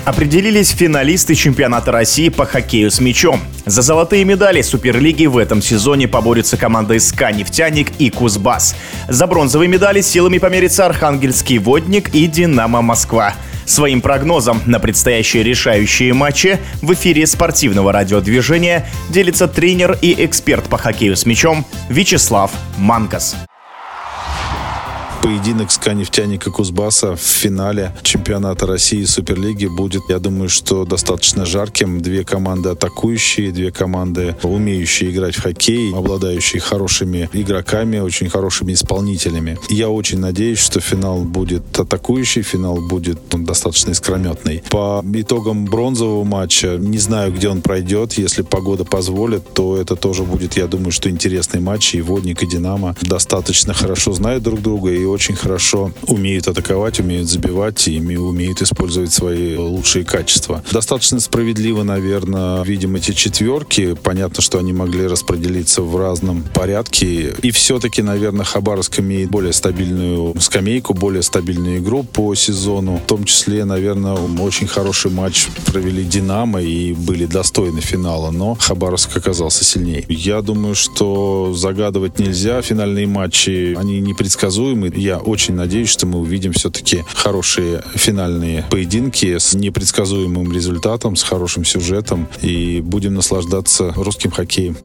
Определились финалисты чемпионата России по хоккею с мячом. За золотые медали Суперлиги в этом сезоне поборются команды СКА «Нефтяник» и «Кузбасс». За бронзовые медали силами померятся Архангельский «Водник» и «Динамо Москва». Своим прогнозом на предстоящие решающие матчи в эфире спортивного радиодвижения делится тренер и эксперт по хоккею с мячом Вячеслав Манкас. Поединок СКА «Нефтяника» Кузбасса в финале чемпионата России Суперлиги будет, я думаю, что достаточно жарким. Две команды атакующие, две команды, умеющие играть в хоккей, обладающие хорошими игроками, очень хорошими исполнителями. Я очень надеюсь, что финал будет атакующий, финал будет достаточно искрометный. По итогам бронзового матча, не знаю, где он пройдет. Если погода позволит, то это тоже будет, я думаю, что интересный матч. И «Водник», и «Динамо» достаточно хорошо знают друг друга и очень хорошо умеют атаковать, умеют забивать и умеют использовать свои лучшие качества. Достаточно справедливо, наверное, видим эти четверки. Понятно, что они могли распределиться в разном порядке. И все-таки, наверное, Хабаровск имеет более стабильную скамейку, более стабильную игру по сезону. В том числе, наверное, очень хороший матч провели «Динамо» и были достойны финала, но Хабаровск оказался сильнее. Я думаю, что загадывать нельзя. Финальные матчи, они непредсказуемы. Я очень надеюсь, что мы увидим все-таки хорошие финальные поединки с непредсказуемым результатом, с хорошим сюжетом и будем наслаждаться русским хоккеем.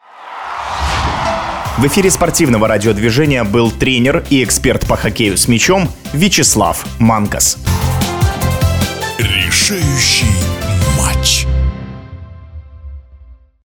В эфире спортивного радиодвижения был тренер и эксперт по хоккею с мячом Вячеслав Манкас. Решающий